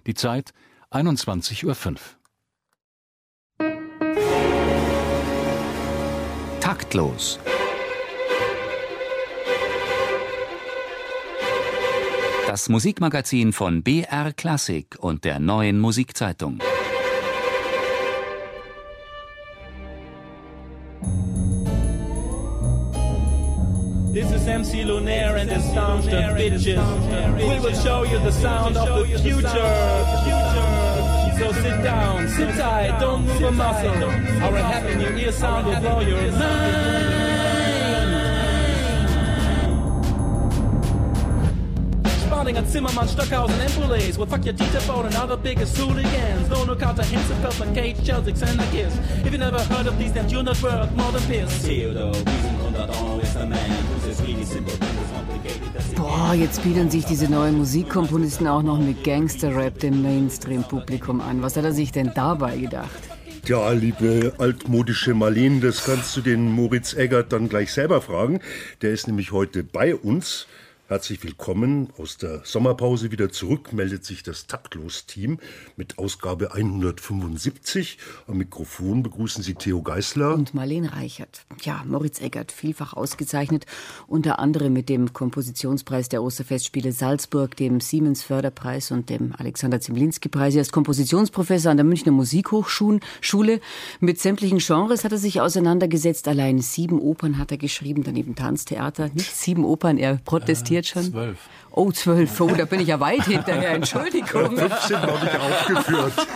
Die Zeit 21:05 Uhr. Taktlos. Das Musikmagazin von BR Klassik und der Neuen Musikzeitung. This is MC Lunaire and the Sound of Bitches. We will show you the sound of the future. So sit down, sit tight, don't move a muscle. Our happy new ear sound will blow your mind. Spartinger, Zimmermann, Stockhausen, and Boulez will fuck your Dieter Bohlen and other biggest hooligans. Dono, Carter, Hinze, Pelton, Cage, Chelsea, Xander, Kiss. If you never heard of these, then you're not worth more than piss. Theodore, always a man who's as really simple, complicated. Boah, jetzt bieten sich diese neuen Musikkomponisten auch noch mit Gangster-Rap dem Mainstream-Publikum an. Was hat er sich denn dabei gedacht? Ja, liebe altmodische Marlene, das kannst du den Moritz Eggert dann gleich selber fragen. Der ist nämlich heute bei uns. Herzlich willkommen, aus der Sommerpause wieder zurück, meldet sich das Taktlos-Team mit Ausgabe 175. Am Mikrofon begrüßen Sie Theo Geisler und Marlene Reichert. Ja, Moritz Eggert, vielfach ausgezeichnet, unter anderem mit dem Kompositionspreis der Osterfestspiele Salzburg, dem Siemens-Förderpreis und dem Alexander-Zemlinski-Preis. Er ist Kompositionsprofessor an der Münchner Musikhochschule. Mit sämtlichen Genres hat er sich auseinandergesetzt. Allein 7 Opern hat er geschrieben, daneben Tanztheater. Nicht 7 Opern, er protestiert schon. 12. Oh, 12. Oh, da bin ich ja weit hinterher. Entschuldigung. 5 sind noch nicht aufgeführt.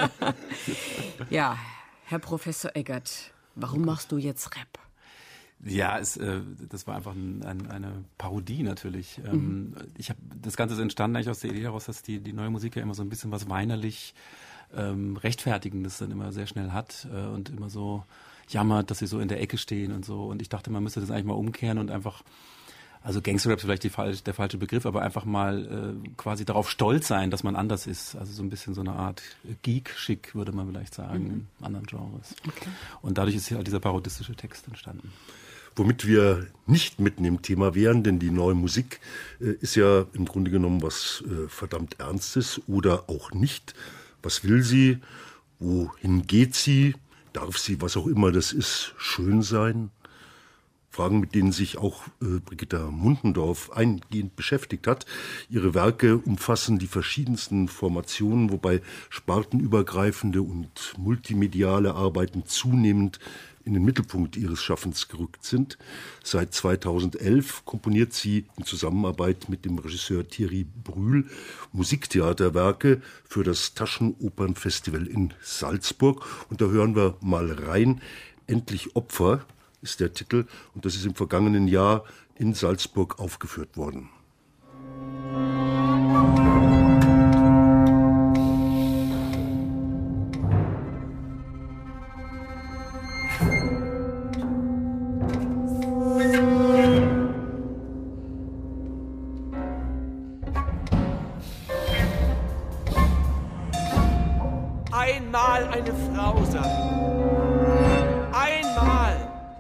Ja, Herr Professor Eggert, warum machst du jetzt Rap? Ja, das war einfach eine Parodie natürlich. Das Ganze ist entstanden eigentlich aus der Idee heraus, dass die neue Musik ja immer so ein bisschen was weinerlich Rechtfertigendes dann immer sehr schnell hat und immer so jammert, dass sie so in der Ecke stehen und so. Und ich dachte, man müsste das eigentlich mal umkehren und einfach, also Gangsterrap ist vielleicht der falsche Begriff, aber einfach mal quasi darauf stolz sein, dass man anders ist. Also so ein bisschen so eine Art Geek-Schick, würde man vielleicht sagen, in anderen Genres. Okay. Und dadurch ist halt dieser parodistische Text entstanden. Womit wir nicht mitten im Thema wären, denn die neue Musik ist ja im Grunde genommen was verdammt Ernstes oder auch nicht. Was will sie? Wohin geht sie? Darf sie, was auch immer das ist, schön sein? Fragen, mit denen sich auch Brigitta Muntendorf eingehend beschäftigt hat. Ihre Werke umfassen die verschiedensten Formationen, wobei spartenübergreifende und multimediale Arbeiten zunehmend in den Mittelpunkt ihres Schaffens gerückt sind. Seit 2011 komponiert sie in Zusammenarbeit mit dem Regisseur Thierry Brühl Musiktheaterwerke für das Taschenopernfestival in Salzburg. Und da hören wir mal rein. Endlich Opfer ist der Titel, und das ist im vergangenen Jahr in Salzburg aufgeführt worden. Einmal eine Frau sein. Einmal.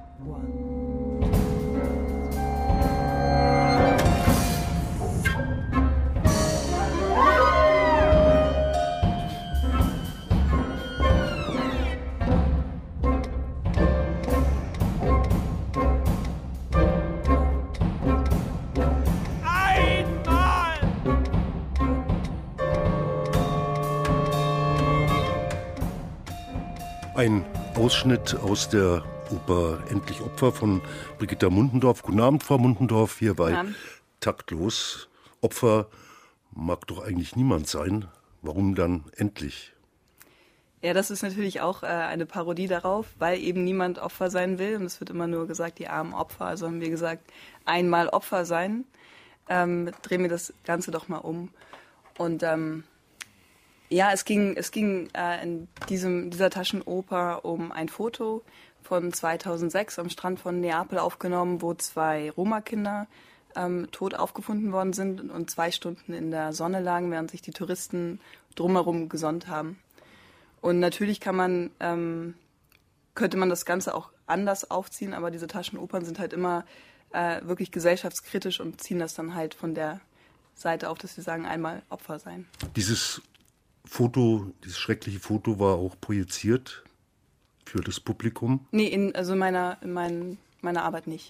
Ein Ausschnitt aus der Oper Endlich Opfer von Brigitta Muntendorf. Guten Abend, Frau Muntendorf, hier bei Taktlos. Opfer mag doch eigentlich niemand sein. Warum dann endlich? Ja, das ist natürlich auch eine Parodie darauf, weil eben niemand Opfer sein will. Und es wird immer nur gesagt, die armen Opfer. Also haben wir gesagt, einmal Opfer sein. Drehen wir das Ganze doch mal um. Und ja, es ging in dieser Taschenoper um ein Foto von 2006 am Strand von Neapel aufgenommen, wo 2 Roma-Kinder tot aufgefunden worden sind und 2 Stunden in der Sonne lagen, während sich die Touristen drumherum gesonnt haben. Und natürlich könnte man das Ganze auch anders aufziehen, aber diese Taschenopern sind halt immer wirklich gesellschaftskritisch und ziehen das dann halt von der Seite auf, dass sie sagen, einmal Opfer sein. Dieses Foto, dieses schreckliche Foto war auch projiziert für das Publikum? Nee, in meiner Arbeit nicht.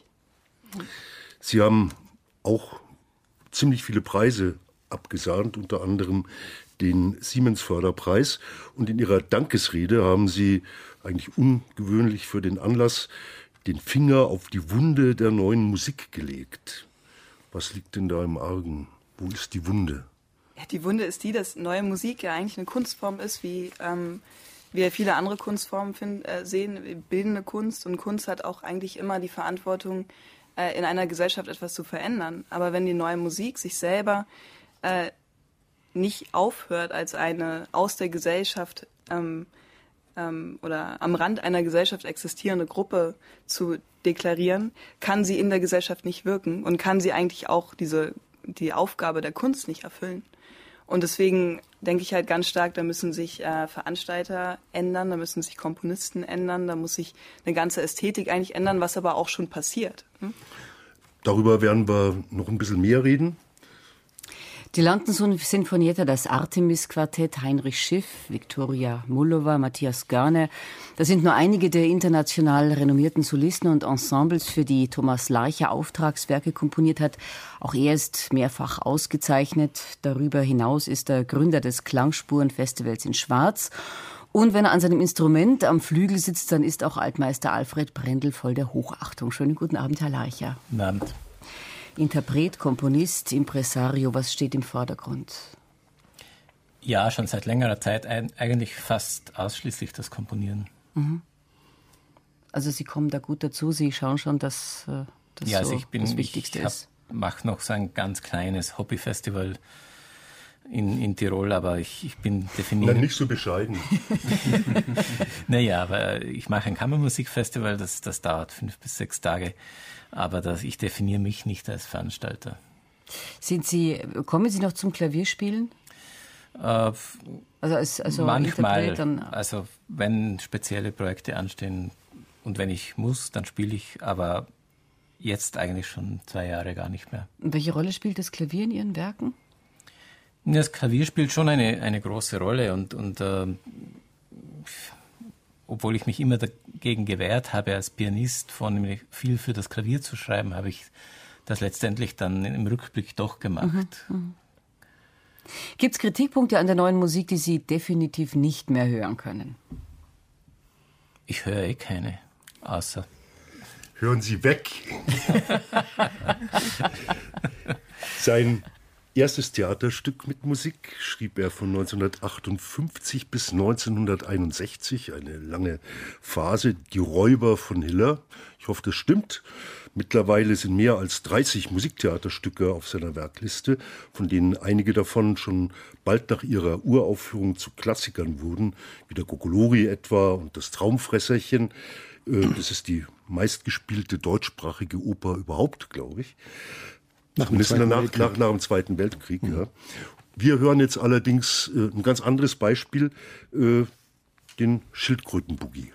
Sie haben auch ziemlich viele Preise abgesahnt, unter anderem den Siemens-Förderpreis. Und in Ihrer Dankesrede haben Sie, eigentlich ungewöhnlich für den Anlass, den Finger auf die Wunde der neuen Musik gelegt. Was liegt denn da im Argen? Wo ist die Wunde? Ja, die Wunde ist die, dass neue Musik ja eigentlich eine Kunstform ist, wie wir viele andere Kunstformen sehen, bildende Kunst. Und Kunst hat auch eigentlich immer die Verantwortung, in einer Gesellschaft etwas zu verändern. Aber wenn die neue Musik sich selber nicht aufhört, als eine aus der Gesellschaft oder am Rand einer Gesellschaft existierende Gruppe zu deklarieren, kann sie in der Gesellschaft nicht wirken und kann sie eigentlich auch die Aufgabe der Kunst nicht erfüllen. Und deswegen denke ich halt ganz stark, da müssen sich Veranstalter ändern, da müssen sich Komponisten ändern, da muss sich eine ganze Ästhetik eigentlich ändern, was aber auch schon passiert. Darüber werden wir noch ein bisschen mehr reden. Die London-Sinfonietta, das Artemis-Quartett, Heinrich Schiff, Viktoria Mullova, Matthias Görne. Das sind nur einige der international renommierten Solisten und Ensembles, für die Thomas Larcher Auftragswerke komponiert hat. Auch er ist mehrfach ausgezeichnet. Darüber hinaus ist er Gründer des Klangspurenfestivals in Schwarz. Und wenn er an seinem Instrument am Flügel sitzt, dann ist auch Altmeister Alfred Brendel voll der Hochachtung. Schönen guten Abend, Herr Larcher. Guten Abend. Interpret, Komponist, Impresario, was steht im Vordergrund? Ja, schon seit längerer Zeit eigentlich fast ausschließlich das Komponieren. Mhm. Also Sie kommen da gut dazu, Sie schauen schon, dass das ja, so also das Wichtigste ist. Ich mache noch so ein ganz kleines Hobbyfestival in Tirol, aber ich bin definiert... Na, nicht so bescheiden. Naja, aber ich mache ein Kammermusikfestival, das dauert 5 bis 6 Tage. Aber ich definiere mich nicht als Veranstalter. Kommen Sie noch zum Klavierspielen? Also manchmal, also wenn spezielle Projekte anstehen und wenn ich muss, dann spiele ich, aber jetzt eigentlich schon 2 Jahre gar nicht mehr. Und welche Rolle spielt das Klavier in Ihren Werken? Das Klavier spielt schon eine große Rolle und obwohl ich mich immer dagegen gewehrt habe, als Pianist vornehmlich viel für das Klavier zu schreiben, habe ich das letztendlich dann im Rückblick doch gemacht. Gibt es Kritikpunkte an der neuen Musik, die Sie definitiv nicht mehr hören können? Ich höre keine, außer... Hören Sie weg! Sein erstes Theaterstück mit Musik schrieb er von 1958 bis 1961, eine lange Phase, Die Räuber von Hiller. Ich hoffe, das stimmt. Mittlerweile sind mehr als 30 Musiktheaterstücke auf seiner Werkliste, von denen einige davon schon bald nach ihrer Uraufführung zu Klassikern wurden, wie der Gogolori etwa und das Traumfresserchen. Das ist die meistgespielte deutschsprachige Oper überhaupt, glaube ich. Nach dem Zweiten Weltkrieg. Ja. Wir hören jetzt allerdings ein ganz anderes Beispiel, den Schildkrötenboogie.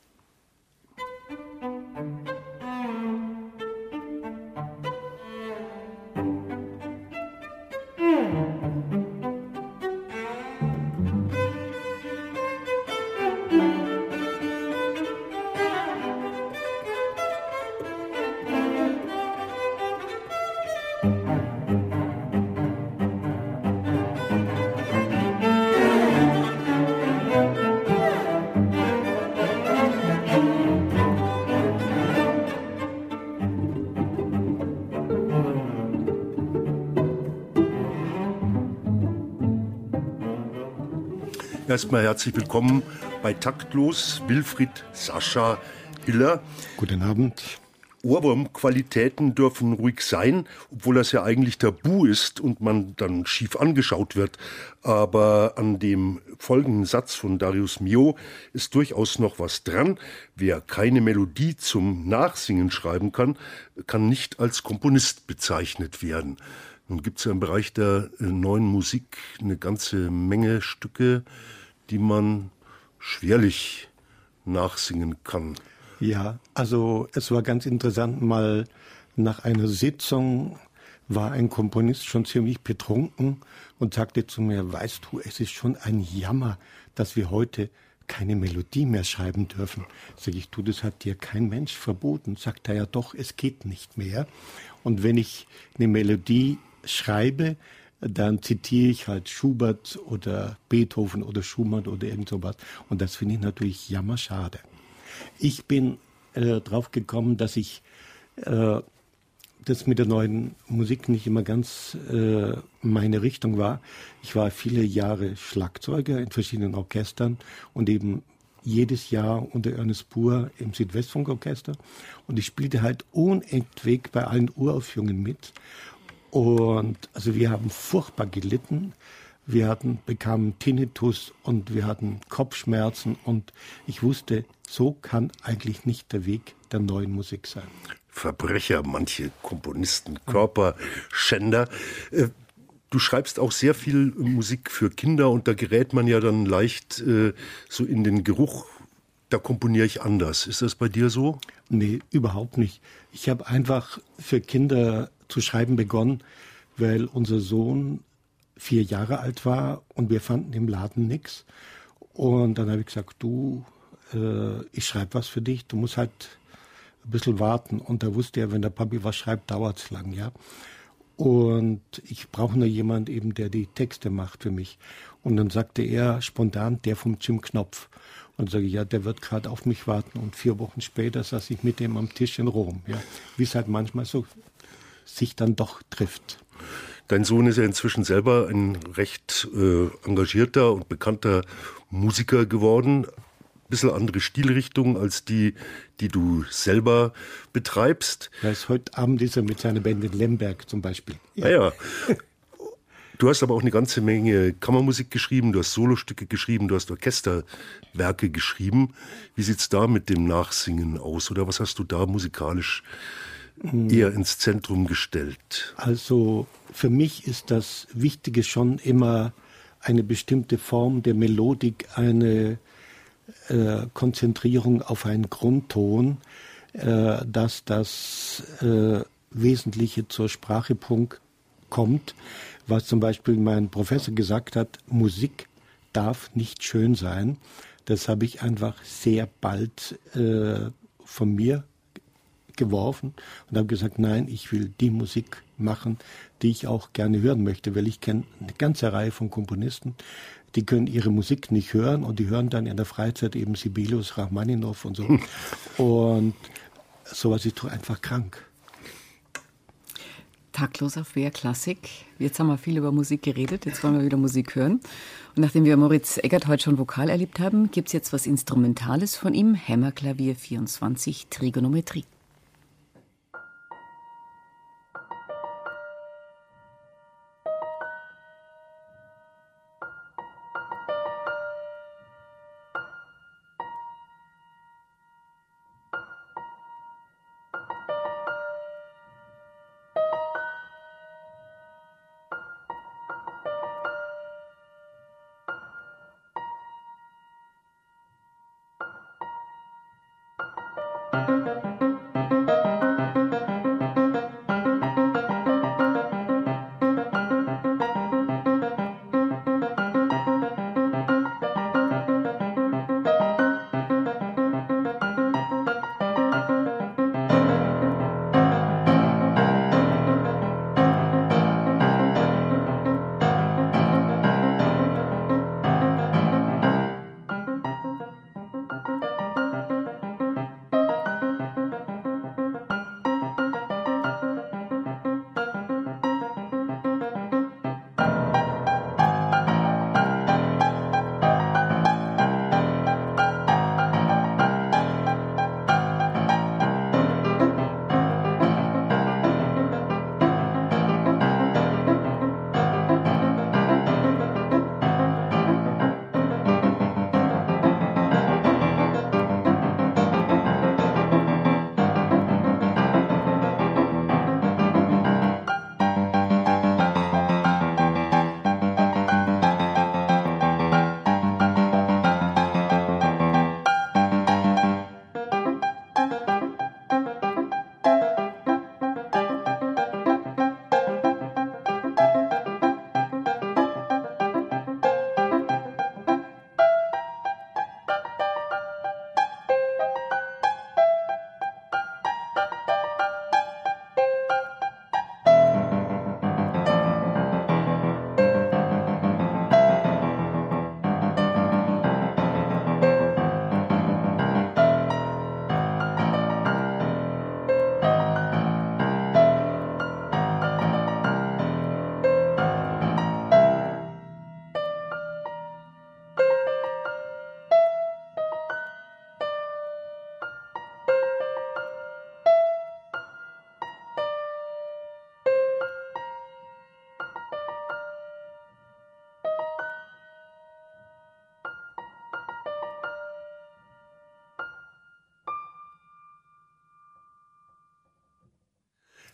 Erstmal herzlich willkommen bei Taktlos, Wilfried Sascha Hiller. Guten Abend. Ohrwurmqualitäten dürfen ruhig sein, obwohl das ja eigentlich tabu ist und man dann schief angeschaut wird. Aber an dem folgenden Satz von Darius Milhaud ist durchaus noch was dran. Wer keine Melodie zum Nachsingen schreiben kann, kann nicht als Komponist bezeichnet werden. Nun gibt es ja im Bereich der neuen Musik eine ganze Menge Stücke, die man schwerlich nachsingen kann. Ja, also es war ganz interessant, mal nach einer Sitzung war ein Komponist schon ziemlich betrunken und sagte zu mir, weißt du, es ist schon ein Jammer, dass wir heute keine Melodie mehr schreiben dürfen. Sag ich, du, das hat dir kein Mensch verboten. Sagt er, ja doch, es geht nicht mehr. Und wenn ich eine Melodie schreibe, dann zitiere ich halt Schubert oder Beethoven oder Schumann oder irgend sowas. Und das finde ich natürlich jammerschade. Ich bin drauf gekommen, dass ich das mit der neuen Musik nicht immer ganz meine Richtung war. Ich war viele Jahre Schlagzeuger in verschiedenen Orchestern und eben jedes Jahr unter Ernest Buhr im Südwestfunkorchester. Und ich spielte halt unentwegt bei allen Uraufführungen mit. Und also wir haben furchtbar gelitten. Wir bekamen Tinnitus und wir hatten Kopfschmerzen. Und ich wusste, so kann eigentlich nicht der Weg der neuen Musik sein. Verbrecher, manche Komponisten, Körperschänder. Du schreibst auch sehr viel Musik für Kinder und da gerät man ja dann leicht so in den Geruch, da komponiere ich anders. Ist das bei dir so? Nee, überhaupt nicht. Ich habe einfach für Kinder zu schreiben begonnen, weil unser Sohn 4 Jahre alt war und wir fanden im Laden nichts. Und dann habe ich gesagt, du, ich schreibe was für dich, du musst halt ein bisschen warten. Und da wusste er, wenn der Papi was schreibt, dauert es lang, ja. Und ich brauche nur jemand eben, der die Texte macht für mich. Und dann sagte er spontan, der vom Jim Knopf. Und sage ich, ja, der wird gerade auf mich warten. Und 4 Wochen später saß ich mit dem am Tisch in Rom. Ja. Wie es halt manchmal so sich dann doch trifft. Dein Sohn ist ja inzwischen selber ein recht engagierter und bekannter Musiker geworden. Ein bisschen andere Stilrichtung als die du selber betreibst. Heute Abend ist er mit seiner Band in Lemberg zum Beispiel. Ja. Ja. Du hast aber auch eine ganze Menge Kammermusik geschrieben, du hast Solostücke geschrieben, du hast Orchesterwerke geschrieben. Wie sieht's da mit dem Nachsingen aus? Oder was hast du da musikalisch eher ins Zentrum gestellt? Also für mich ist das Wichtige schon immer eine bestimmte Form der Melodik, eine Konzentrierung auf einen Grundton, dass das Wesentliche zur Sprache kommt, was zum Beispiel mein Professor gesagt hat, Musik darf nicht schön sein. Das habe ich einfach sehr bald von mir geworfen und habe gesagt, nein, ich will die Musik machen, die ich auch gerne hören möchte, weil ich kenne eine ganze Reihe von Komponisten, die können ihre Musik nicht hören und die hören dann in der Freizeit eben Sibelius, Rachmaninow und so. Und sowas ist doch einfach krank. Taktlos auf BR Klassik. Jetzt haben wir viel über Musik geredet, jetzt wollen wir wieder Musik hören. Und nachdem wir Moritz Eggert heute schon Vokal erlebt haben, gibt es jetzt was Instrumentales von ihm, Hämmerklavier 24, Trigonometrie.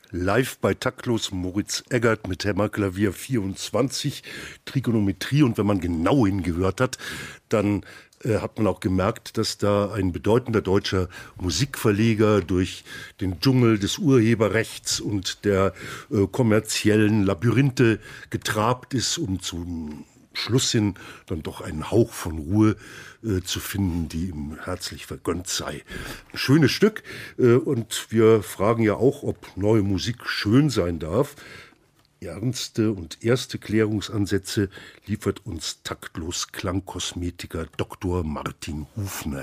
live bei Taktlos Moritz Eggert mit Hämmerklavier 24, Trigonometrie. Und wenn man genau hingehört hat, dann hat man auch gemerkt, dass da ein bedeutender deutscher Musikverleger durch den Dschungel des Urheberrechts und der kommerziellen Labyrinthe getrabt ist, um zum Schluss hin dann doch einen Hauch von Ruhe zu finden, die ihm herzlich vergönnt sei. Ein schönes Stück, und wir fragen ja auch, ob neue Musik schön sein darf. Ernste und erste Klärungsansätze liefert uns Taktlos Klangkosmetiker Dr. Martin Hufner.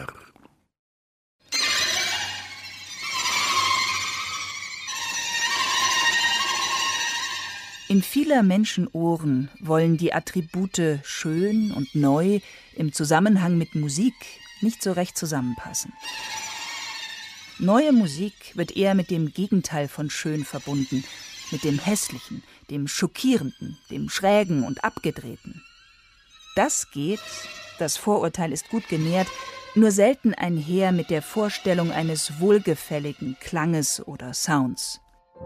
In vieler Menschen Ohren wollen die Attribute schön und neu im Zusammenhang mit Musik nicht so recht zusammenpassen. Neue Musik wird eher mit dem Gegenteil von schön verbunden, mit dem Hässlichen, dem Schockierenden, dem Schrägen und Abgedrehten. Das geht, das Vorurteil ist gut genährt, nur selten einher mit der Vorstellung eines wohlgefälligen Klanges oder Sounds.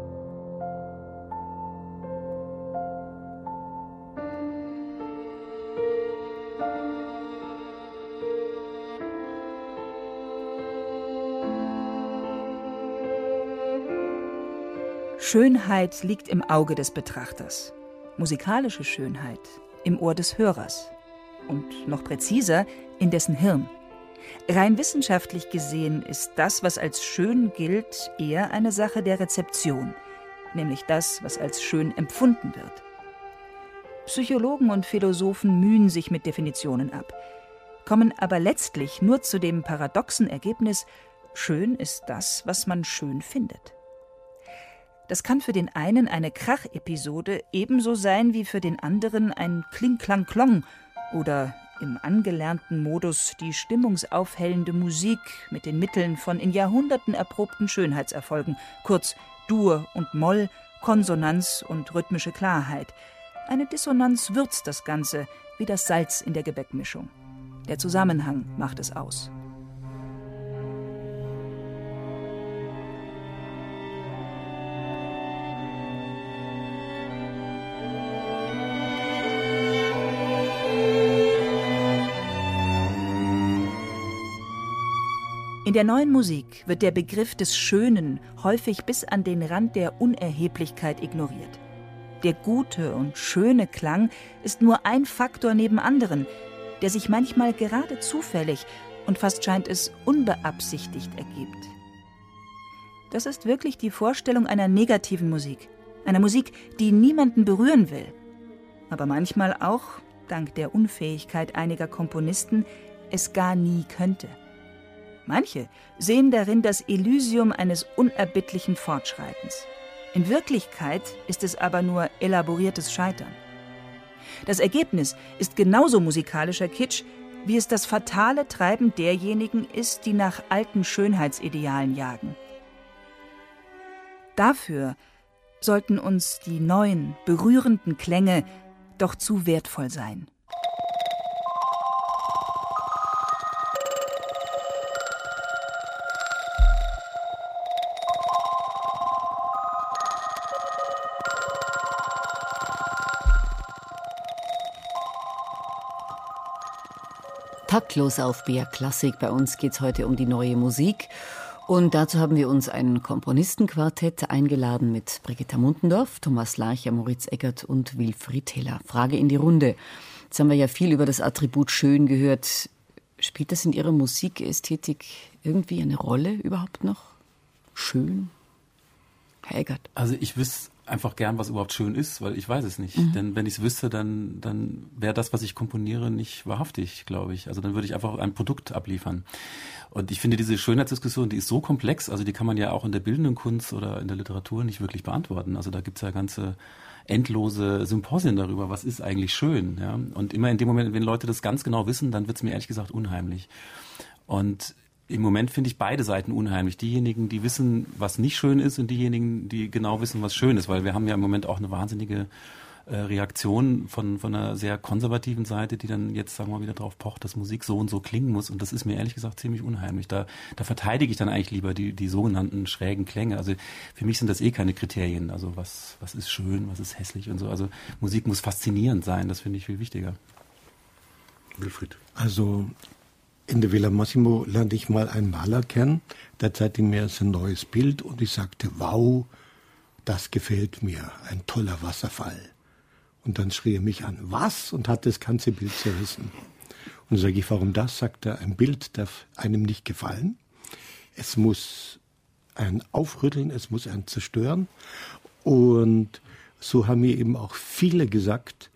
Schönheit liegt im Auge des Betrachters, musikalische Schönheit im Ohr des Hörers und noch präziser in dessen Hirn. Rein wissenschaftlich gesehen ist das, was als schön gilt, eher eine Sache der Rezeption, nämlich das, was als schön empfunden wird. Psychologen und Philosophen mühen sich mit Definitionen ab, kommen aber letztlich nur zu dem paradoxen Ergebnis, schön ist das, was man schön findet. Das kann für den einen eine Krachepisode ebenso sein wie für den anderen ein Kling-Klang-Klong oder im angelernten Modus die stimmungsaufhellende Musik mit den Mitteln von in Jahrhunderten erprobten Schönheitserfolgen, kurz Dur und Moll, Konsonanz und rhythmische Klarheit. Eine Dissonanz würzt das Ganze, wie das Salz in der Gebäckmischung. Der Zusammenhang macht es aus. In der neuen Musik wird der Begriff des Schönen häufig bis an den Rand der Unerheblichkeit ignoriert. Der gute und schöne Klang ist nur ein Faktor neben anderen, der sich manchmal gerade zufällig und fast scheint es unbeabsichtigt ergibt. Das ist wirklich die Vorstellung einer negativen Musik, einer Musik, die niemanden berühren will, aber manchmal auch, dank der Unfähigkeit einiger Komponisten, es gar nie könnte. Manche sehen darin das Elysium eines unerbittlichen Fortschreitens. In Wirklichkeit ist es aber nur elaboriertes Scheitern. Das Ergebnis ist genauso musikalischer Kitsch, wie es das fatale Treiben derjenigen ist, die nach alten Schönheitsidealen jagen. Dafür sollten uns die neuen, berührenden Klänge doch zu wertvoll sein. Taktlos auf BR Klassik. Bei uns geht es heute um die neue Musik. Und dazu haben wir uns ein Komponistenquartett eingeladen mit Brigitta Muntendorf, Thomas Larcher, Moritz Eggert und Wilfried Heller. Frage in die Runde. Jetzt haben wir ja viel über das Attribut schön gehört. Spielt das in Ihrer Musikästhetik irgendwie eine Rolle überhaupt noch? Schön? Herr Eggert. Also ich wüsste einfach gern, was überhaupt schön ist, weil ich weiß es nicht. Denn wenn ich es wüsste, dann wäre das, was ich komponiere, nicht wahrhaftig, glaube ich. Also dann würde ich einfach ein Produkt abliefern. Und ich finde, diese Schönheitsdiskussion, die ist so komplex, also die kann man ja auch in der bildenden Kunst oder in der Literatur nicht wirklich beantworten. Also da gibt es ja ganze endlose Symposien darüber, was ist eigentlich schön. Ja? Und immer in dem Moment, wenn Leute das ganz genau wissen, dann wird es mir ehrlich gesagt unheimlich. Und im Moment finde ich beide Seiten unheimlich. Diejenigen, die wissen, was nicht schön ist, und diejenigen, die genau wissen, was schön ist. Weil wir haben ja im Moment auch eine wahnsinnige Reaktion von einer sehr konservativen Seite, die dann jetzt, sagen wir mal, wieder drauf pocht, dass Musik so und so klingen muss. Und das ist mir ehrlich gesagt ziemlich unheimlich. Da verteidige ich dann eigentlich lieber die sogenannten schrägen Klänge. Also für mich sind das keine Kriterien. Also was ist schön, was ist hässlich und so. Also Musik muss faszinierend sein. Das finde ich viel wichtiger. Wilfried. Also in der Villa Massimo lernte ich mal einen Maler kennen. Der zeigte mir ein neues Bild und ich sagte, wow, das gefällt mir. Ein toller Wasserfall. Und dann schrie er mich an, was? Und hat das ganze Bild zerrissen. Und dann sage ich, warum das? Sagt er, ein Bild darf einem nicht gefallen. Es muss einen aufrütteln, es muss einen zerstören. Und so haben mir eben auch viele gesagt,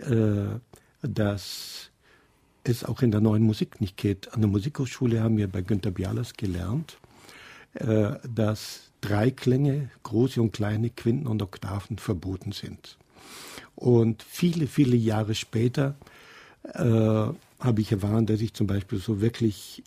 dass es auch in der neuen Musik nicht geht. An der Musikhochschule haben wir bei Günter Bialas gelernt, dass Dreiklänge, große und kleine Quinten und Oktaven verboten sind. Und viele, viele Jahre später habe ich erfahren, dass ich zum Beispiel so wirklich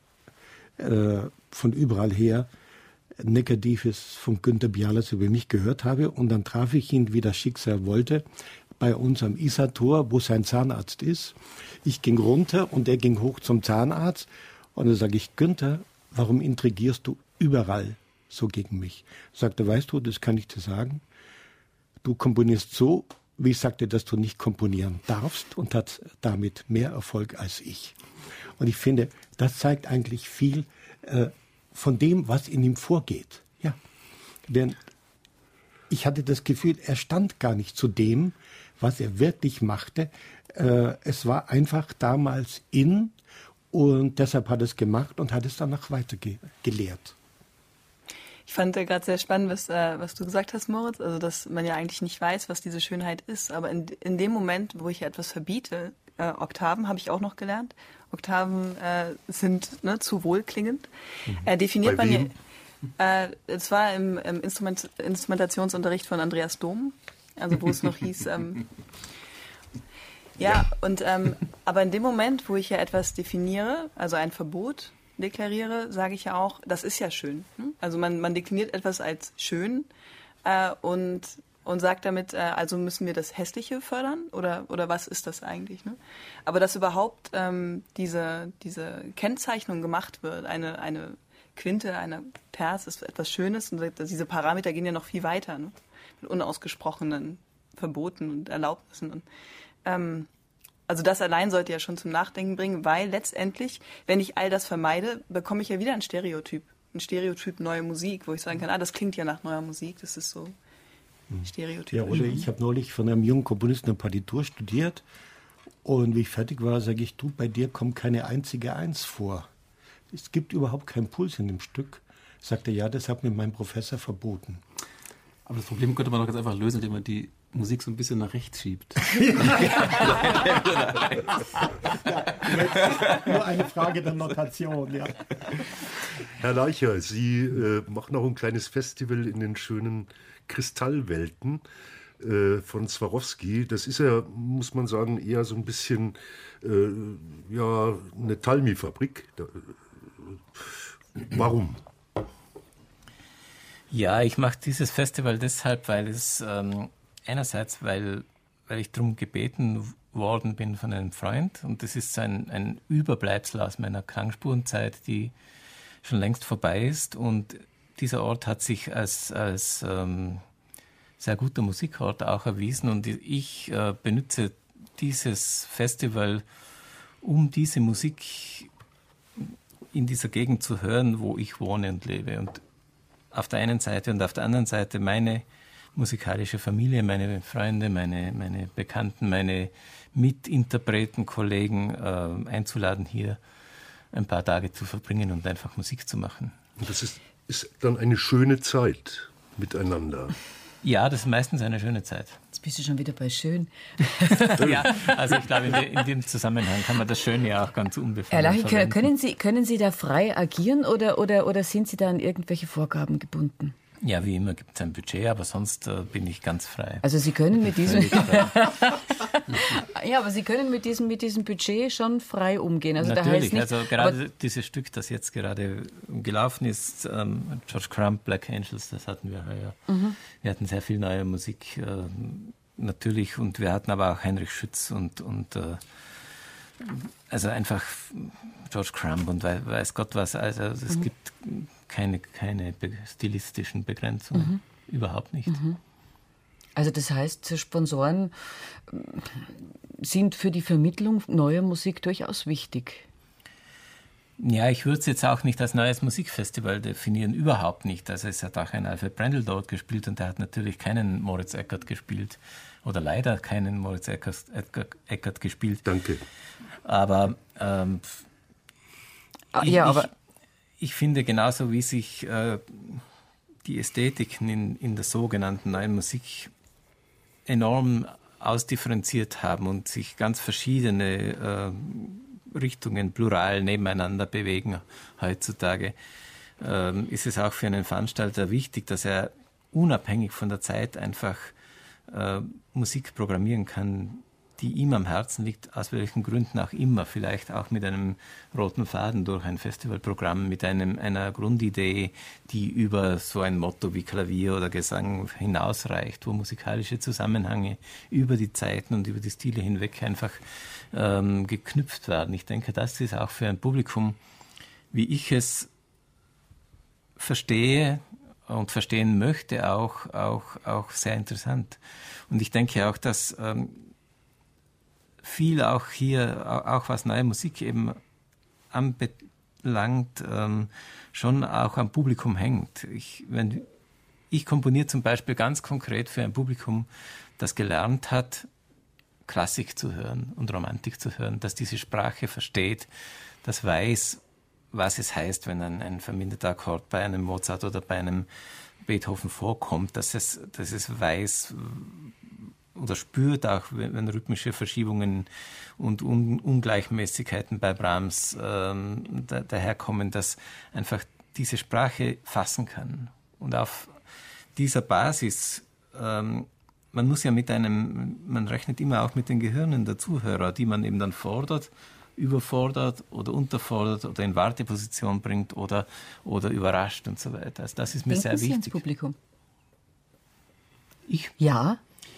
von überall her Negatives von Günter Bialas über mich gehört habe. Und dann traf ich ihn, wie das Schicksal wollte, bei uns am Isartor, wo sein Zahnarzt ist. Ich ging runter und er ging hoch zum Zahnarzt. Und dann sage ich, Günther, warum intrigierst du überall so gegen mich? Sagt er, weißt du, das kann ich dir sagen. Du komponierst so, wie ich sagte, dass du nicht komponieren darfst und hat damit mehr Erfolg als ich. Und ich finde, das zeigt eigentlich viel von dem, was in ihm vorgeht. Ja. Denn ich hatte das Gefühl, er stand gar nicht zu dem, was er wirklich machte. Es war einfach damals in und deshalb hat er es gemacht und hat es danach weiter gelehrt. Ich fand gerade sehr spannend, was du gesagt hast, Moritz, also dass man ja eigentlich nicht weiß, was diese Schönheit ist, aber in dem Moment, wo ich etwas verbiete, Oktaven habe ich auch noch gelernt, Oktaven sind zu wohlklingend, definiert Bei man ja, es war im Instrumentationsunterricht von Andreas Dom, also wo es noch hieß, aber in dem Moment, wo ich ja etwas definiere, also ein Verbot deklariere, sage ich ja auch, das ist ja schön. Also man dekliniert etwas als schön und sagt damit, also müssen wir das Hässliche fördern oder was ist das eigentlich? Ne? Aber dass überhaupt diese Kennzeichnung gemacht wird, eine Quinte, eine Terz ist etwas Schönes und diese Parameter gehen ja noch viel weiter, ne? Mit unausgesprochenen Verboten und Erlaubnissen und also das allein sollte ja schon zum Nachdenken bringen, weil letztendlich, wenn ich all das vermeide, bekomme ich ja wieder ein Stereotyp neue Musik, wo ich sagen kann, das klingt ja nach neuer Musik, das ist so stereotypisch. Ja, oder ich habe neulich von einem jungen Komponisten eine Partitur studiert und wie ich fertig war, sage ich, du, bei dir kommt keine einzige Eins vor. Es gibt überhaupt keinen Puls in dem Stück. Sagte, ja, das hat mir mein Professor verboten. Aber das Problem könnte man doch ganz einfach lösen, indem man die Musik so ein bisschen nach rechts schiebt. Nur eine Frage der Notation, ja. Herr Leicher, Sie machen auch ein kleines Festival in den schönen Kristallwelten von Swarovski. Das ist ja, muss man sagen, eher so ein bisschen eine Talmi-Fabrik. Warum? Ja, ich mache dieses Festival deshalb, weil es einerseits, weil ich darum gebeten worden bin von einem Freund und das ist ein Überbleibsel aus meiner Klangspurenzeit, die schon längst vorbei ist und dieser Ort hat sich als sehr guter Musikort auch erwiesen und ich benutze dieses Festival, um diese Musik in dieser Gegend zu hören, wo ich wohne und lebe und auf der einen Seite und auf der anderen Seite meine musikalische Familie, meine Freunde, meine Bekannten, meine Mitinterpreten, Kollegen einzuladen, hier ein paar Tage zu verbringen und einfach Musik zu machen. Und das ist dann eine schöne Zeit miteinander. Ja, das ist meistens eine schöne Zeit. Jetzt bist du schon wieder bei schön. Ja, also ich glaube, in dem Zusammenhang kann man das Schöne ja auch ganz unbefangen Herr Lachi, verwenden. können Sie da frei agieren oder sind Sie da an irgendwelche Vorgaben gebunden? Ja, wie immer gibt es ein Budget, aber sonst bin ich ganz frei. Also Sie können mit diesem ja, aber Sie können mit diesem Budget schon frei umgehen. Also natürlich, da heißt nicht, also gerade dieses Stück, das jetzt gerade gelaufen ist, George Crumb, Black Angels, das hatten wir heuer. Wir hatten sehr viel neue Musik natürlich, und wir hatten aber auch Heinrich Schütz und also einfach George Crumb und weiß Gott was. Also es gibt keine stilistischen Begrenzungen, überhaupt nicht. Also das heißt, Sponsoren sind für die Vermittlung neuer Musik durchaus wichtig. Ja, ich würde es jetzt auch nicht als neues Musikfestival definieren, überhaupt nicht. Also es hat auch ein Alfred Brendel dort gespielt und der hat natürlich keinen Moritz Eckert gespielt oder leider keinen Moritz Eckert gespielt. Danke. Aber ich finde, genauso wie sich die Ästhetiken in der sogenannten neuen Musik enorm ausdifferenziert haben und sich ganz verschiedene Richtungen plural nebeneinander bewegen heutzutage, ist es auch für einen Veranstalter wichtig, dass er unabhängig von der Zeit einfach Musik programmieren kann, die ihm am Herzen liegt, aus welchen Gründen auch immer, vielleicht auch mit einem roten Faden durch ein Festivalprogramm, mit einer Grundidee, die über so ein Motto wie Klavier oder Gesang hinausreicht, wo musikalische Zusammenhänge über die Zeiten und über die Stile hinweg einfach geknüpft werden. Ich denke, das ist auch für ein Publikum, wie ich es verstehe und verstehen möchte, auch sehr interessant. Und ich denke auch, dass viel auch hier, auch was neue Musik eben anbelangt, schon auch am Publikum hängt. Ich komponiere zum Beispiel ganz konkret für ein Publikum, das gelernt hat, Klassik zu hören und Romantik zu hören, das diese Sprache versteht, das weiß, was es heißt, wenn ein verminderter Akkord bei einem Mozart oder bei einem Beethoven vorkommt, dass es weiß oder spürt auch, wenn rhythmische Verschiebungen und Ungleichmäßigkeiten bei Brahms daherkommen, dass einfach diese Sprache fassen kann. Und auf dieser Basis, man muss ja man rechnet immer auch mit den Gehirnen der Zuhörer, die man eben dann fordert, überfordert oder unterfordert oder in Warteposition bringt oder überrascht und so weiter. Also das ist mir sehr wichtig. Sie ins Publikum? Ich? Ja.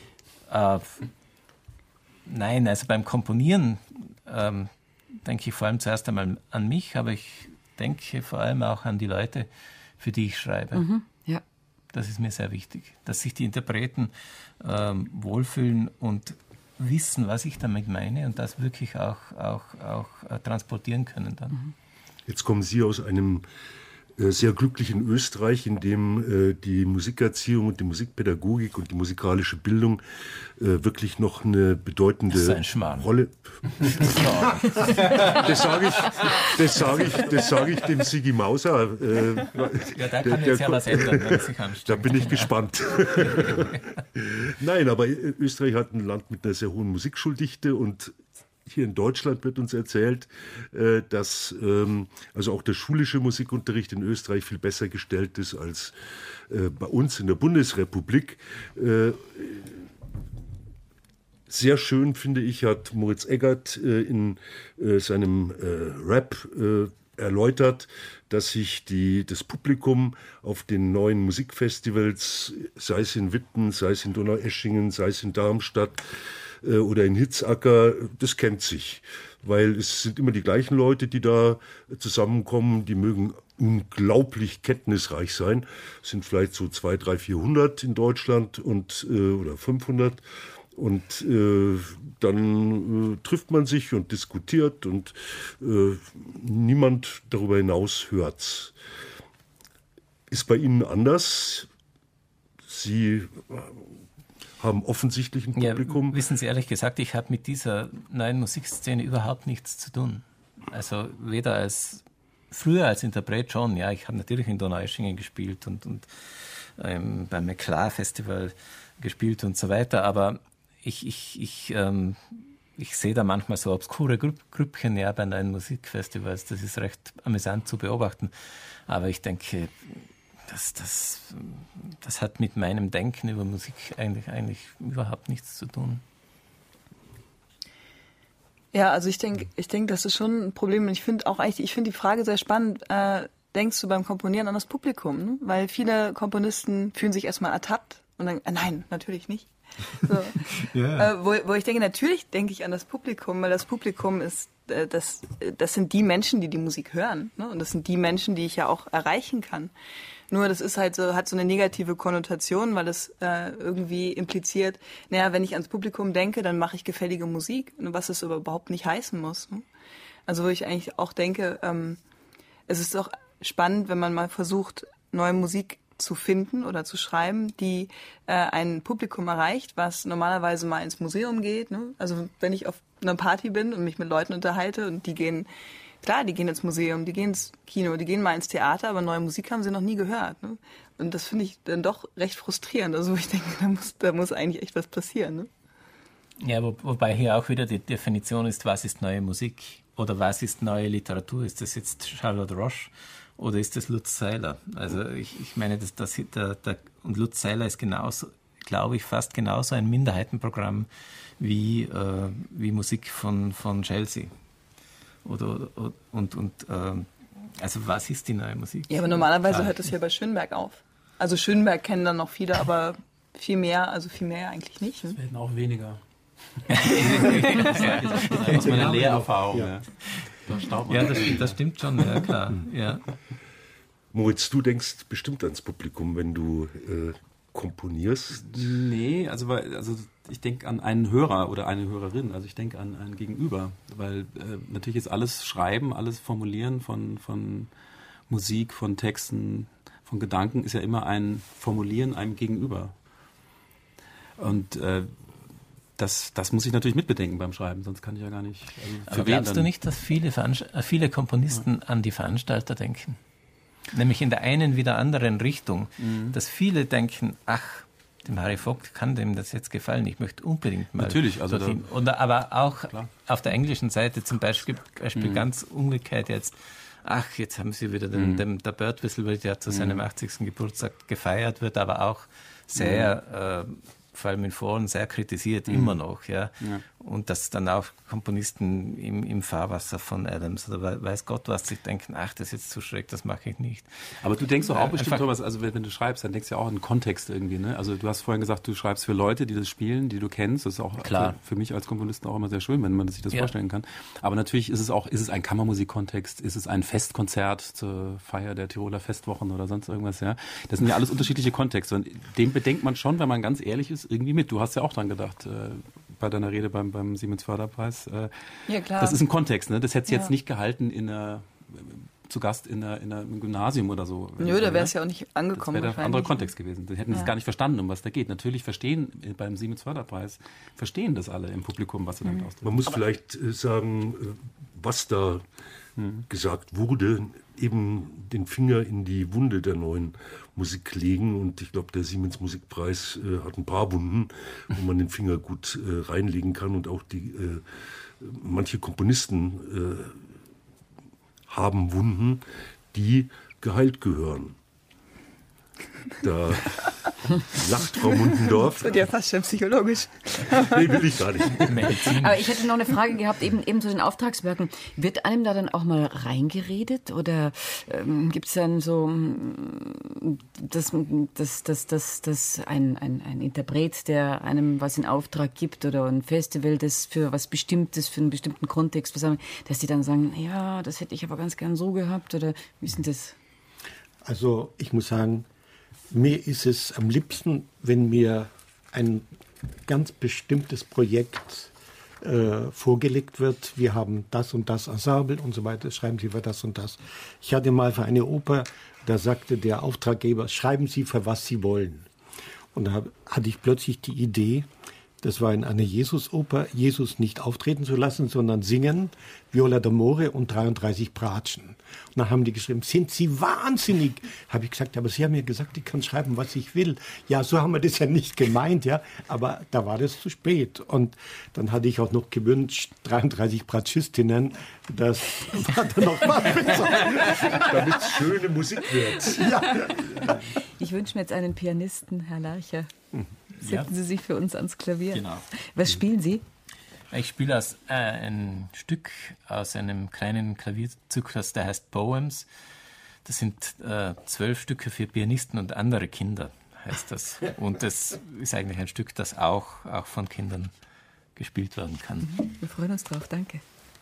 Nein, also beim Komponieren denke ich vor allem zuerst einmal an mich, aber ich denke vor allem auch an die Leute, für die ich schreibe. Ja. Das ist mir sehr wichtig, dass sich die Interpreten wohlfühlen und wissen, was ich damit meine und das wirklich auch transportieren können dann. Jetzt kommen Sie aus einem sehr glücklichen Österreich, in dem die Musikerziehung und die Musikpädagogik und die musikalische Bildung wirklich noch eine bedeutende Rolle. Das sage ich dem Sigi Mauser. Ja, da kann jetzt ja was ändern, wenn es sich anstrengt. Da bin ich gespannt. Nein, aber Österreich hat ein Land mit einer sehr hohen Musikschuldichte und hier in Deutschland wird uns erzählt, dass also auch der schulische Musikunterricht in Österreich viel besser gestellt ist als bei uns in der Bundesrepublik. Sehr schön, finde ich, hat Moritz Eggert in seinem Rap erläutert, dass sich das Publikum auf den neuen Musikfestivals, sei es in Witten, sei es in Donaueschingen, sei es in Darmstadt, oder in Hitzacker, das kennt sich, weil es sind immer die gleichen Leute, die da zusammenkommen, die mögen unglaublich kenntnisreich sein, es sind vielleicht so 200, 300, 400 in Deutschland oder 500 und dann trifft man sich und diskutiert und niemand darüber hinaus hört's. Ist bei Ihnen anders? Sie haben offensichtlich ein Publikum. Ja, wissen Sie, ehrlich gesagt, ich habe mit dieser neuen Musikszene überhaupt nichts zu tun. Also weder früher als Interpret schon, ja, ich habe natürlich in Donaueschingen gespielt und beim Eklat Festival gespielt und so weiter, aber ich sehe da manchmal so obskure Grüppchen bei neuen Musikfestivals, das ist recht amüsant zu beobachten, aber ich denke, das hat mit meinem Denken über Musik eigentlich überhaupt nichts zu tun. Ja, also ich denke, das ist schon ein Problem. Und ich finde die Frage sehr spannend. Denkst du beim Komponieren an das Publikum? Ne? Weil viele Komponisten fühlen sich erstmal ertappt und dann, nein, natürlich nicht. So. Ja. Wo ich denke, natürlich denke ich an das Publikum, weil das Publikum ist, das sind die Menschen, die Musik hören. Ne? Und das sind die Menschen, die ich ja auch erreichen kann. Nur das ist halt so, hat so eine negative Konnotation, weil es irgendwie impliziert, naja, wenn ich ans Publikum denke, dann mache ich gefällige Musik, was es aber überhaupt nicht heißen muss. Ne? Also wo ich eigentlich auch denke, es ist doch spannend, wenn man mal versucht, neue Musik zu finden oder zu schreiben, die ein Publikum erreicht, was normalerweise mal ins Museum geht. Ne? Also wenn ich auf einer Party bin und mich mit Leuten unterhalte und die gehen ins Museum, die gehen ins Kino, die gehen mal ins Theater, aber neue Musik haben sie noch nie gehört. Ne? Und das finde ich dann doch recht frustrierend. Also ich denke, da muss eigentlich echt was passieren. Ne? Ja, wobei hier auch wieder die Definition ist, was ist neue Musik oder was ist neue Literatur? Ist das jetzt Charlotte Roche oder ist das Lutz Seiler? Also ich meine, und Lutz Seiler ist genauso, glaube ich, fast genauso ein Minderheitenprogramm wie Musik von Chelsea. Also was ist die neue Musik? Ja, aber normalerweise hört das ja bei Schönberg auf. Also Schönberg kennen dann noch viele, aber viel mehr eigentlich nicht. Ne? Das werden auch weniger. Aus meiner Lehrerfahrung. Ja. Das stimmt schon, ja klar. Ja. Moritz, du denkst bestimmt ans Publikum, wenn du komponierst? Nee, also ich denke an einen Hörer oder eine Hörerin, also ich denke an ein Gegenüber, weil natürlich ist alles Schreiben, alles Formulieren von Musik, von Texten, von Gedanken ist ja immer ein Formulieren einem Gegenüber. Und das muss ich natürlich mitbedenken beim Schreiben, sonst kann ich ja gar nicht. Aber glaubst du nicht, dass viele Komponisten an die Veranstalter denken? Nämlich in der einen wie der anderen Richtung, dass viele denken, ach, dem Harry Vogt kann dem das jetzt gefallen, ich möchte unbedingt mal natürlich, also dorthin. Aber auch auf der englischen Seite zum Beispiel ganz umgekehrt jetzt, ach, jetzt haben sie wieder der Birdwhistle wird ja zu seinem 80. Geburtstag gefeiert, wird aber auch sehr vor allem in Foren sehr kritisiert, immer noch. Ja. Und dass dann auch Komponisten im Fahrwasser von Adams oder weiß Gott was sich denken, ach, das ist jetzt zu schräg, das mache ich nicht. Aber du denkst doch auch bestimmt, Thomas, also wenn du schreibst, dann denkst du ja auch an Kontext irgendwie. Ne? Also du hast vorhin gesagt, du schreibst für Leute, die das spielen, die du kennst. Das ist auch für mich als Komponisten auch immer sehr schön, wenn man sich das vorstellen kann. Aber natürlich ist es ein Kammermusikkontext, ist es ein Festkonzert zur Feier der Tiroler Festwochen oder sonst irgendwas. Ja, das sind ja alles unterschiedliche Kontexte. Und dem bedenkt man schon, wenn man ganz ehrlich ist, irgendwie mit. Du hast ja auch dran gedacht, bei deiner Rede beim Siemens Förderpreis. Ja, klar. Das ist ein Kontext, ne? Das hätte es jetzt nicht gehalten zu Gast in einem Gymnasium oder so. Nö, da wäre es ja auch nicht angekommen. Das wäre ein anderer Kontext gewesen. Die hätten es gar nicht verstanden, um was da geht. Natürlich beim Siemens Förderpreis verstehen das alle im Publikum, was sie damit ausdrücken. Man muss vielleicht sagen, was da gesagt wurde, eben den Finger in die Wunde der neuen Musik legen. Und ich glaube, der Siemens Musikpreis hat ein paar Wunden, wo man den Finger gut reinlegen kann. Und auch manche Komponisten haben Wunden, die geheilt gehören. Da lacht Frau Mundendorf. Das wird ja fast schon psychologisch. Nee, will ich gar nicht. Aber ich hätte noch eine Frage gehabt, eben zu den Auftragswerken. Wird einem da dann auch mal reingeredet? Oder gibt es dann so, dass ein Interpret, der einem was in Auftrag gibt oder ein Festival, das für was Bestimmtes, für einen bestimmten Kontext, dass die dann sagen, ja, das hätte ich aber ganz gern so gehabt? Oder wie ist denn das? Also ich muss sagen, mir ist es am liebsten, wenn mir ein ganz bestimmtes Projekt vorgelegt wird. Wir haben das und das Ensemble und so weiter, schreiben Sie für das und das. Ich hatte mal für eine Oper, da sagte der Auftraggeber, schreiben Sie, für was Sie wollen. Und da hatte ich plötzlich die Idee, das war in einer Jesus-Oper, Jesus nicht auftreten zu lassen, sondern singen, Viola d'Amore und 33 Bratschen. Und dann haben die geschrieben, sind Sie wahnsinnig? Habe ich gesagt, aber Sie haben mir gesagt, ich kann schreiben, was ich will. Ja, so haben wir das ja nicht gemeint, ja, aber da war das zu spät. Und dann hatte ich auch noch gewünscht, 33 Bratschistinnen, das war dann noch mal besser. Damit es schöne Musik wird. Ja. Ich wünsche mir jetzt einen Pianisten, Herr Larcher. Setzen Sie sich für uns ans Klavier. Genau. Was spielen Sie? Ich spiele ein Stück aus einem kleinen Klavierzyklus, der heißt Poems. Das sind 12 Stücke für Pianisten und andere Kinder. heißt das. Und das ist eigentlich ein Stück, das auch von Kindern gespielt werden kann. Wir freuen uns drauf, danke.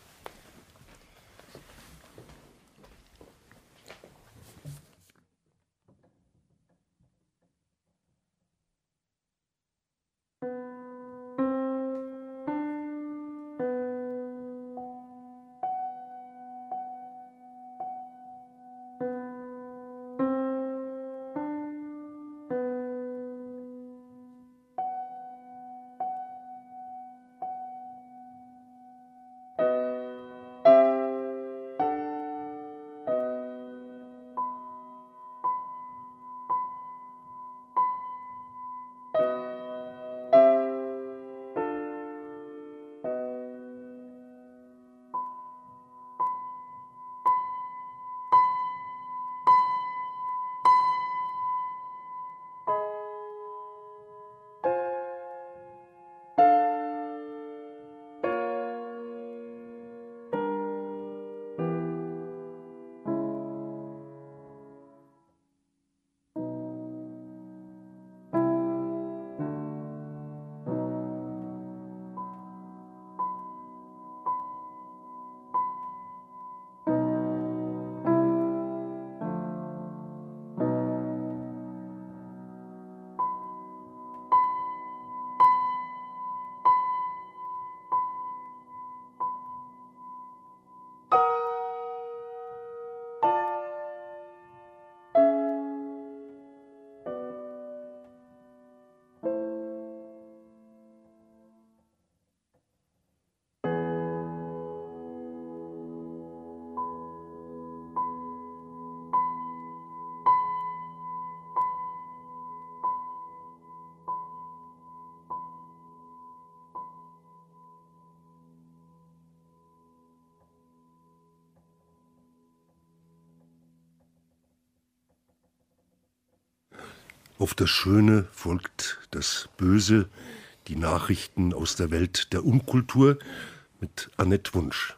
Auf das Schöne folgt das Böse, die Nachrichten aus der Welt der Unkultur mit Annette Wunsch.